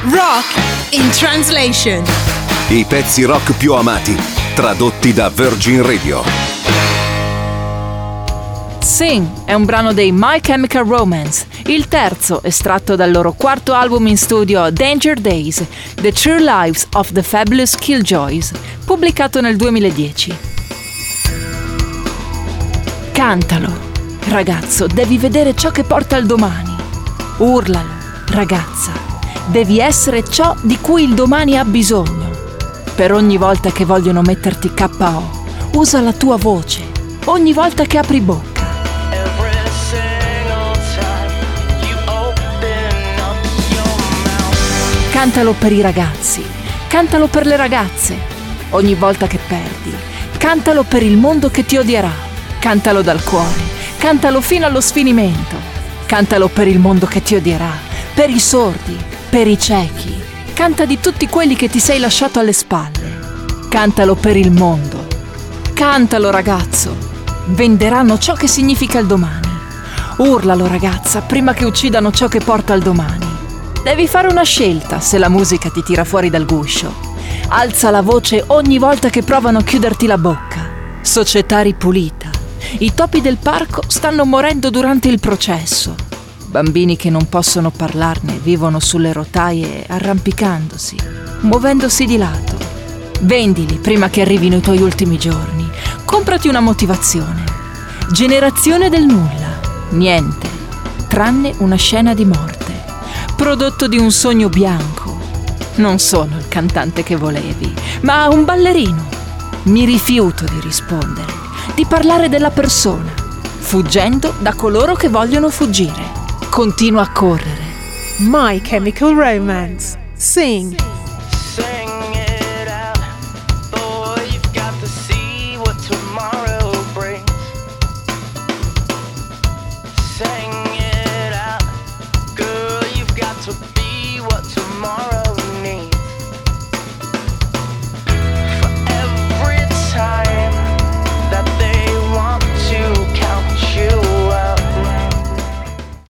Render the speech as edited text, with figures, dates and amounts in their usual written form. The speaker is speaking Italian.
Rock in Translation. I pezzi rock più amati, tradotti da Virgin Radio. Sing è un brano dei My Chemical Romance, il terzo estratto dal loro quarto album in studio Danger Days, The True Lives of the Fabulous Killjoys, pubblicato nel 2010. Cantalo, ragazzo, devi vedere ciò che porta il domani. Urlalo, ragazza, devi essere ciò di cui il domani ha bisogno. Per ogni volta che vogliono metterti KO, usa la tua voce, ogni volta che apri bocca. Cantalo per i ragazzi, cantalo per le ragazze, ogni volta che perdi, cantalo per il mondo che ti odierà, cantalo dal cuore, cantalo fino allo sfinimento, cantalo per il mondo che ti odierà, per i sordi, per i ciechi, canta di tutti quelli che ti sei lasciato alle spalle, cantalo per il mondo, cantalo ragazzo, venderanno ciò che significa il domani, urlalo ragazza prima che uccidano ciò che porta il domani. Devi fare una scelta se la musica ti tira fuori dal guscio. Alza la voce ogni volta che provano a chiuderti la bocca. Società ripulita. I topi del parco stanno morendo durante il processo. Bambini che non possono parlarne vivono sulle rotaie arrampicandosi, muovendosi di lato. Vendili prima che arrivino i tuoi ultimi giorni. Comprati una motivazione. Generazione del nulla. Niente, tranne una scena di morte. Prodotto di un sogno bianco. Non sono il cantante che volevi, ma un ballerino. Mi rifiuto di rispondere, di parlare della persona, fuggendo da coloro che vogliono fuggire. Continua a correre. My Chemical Romance. Sing.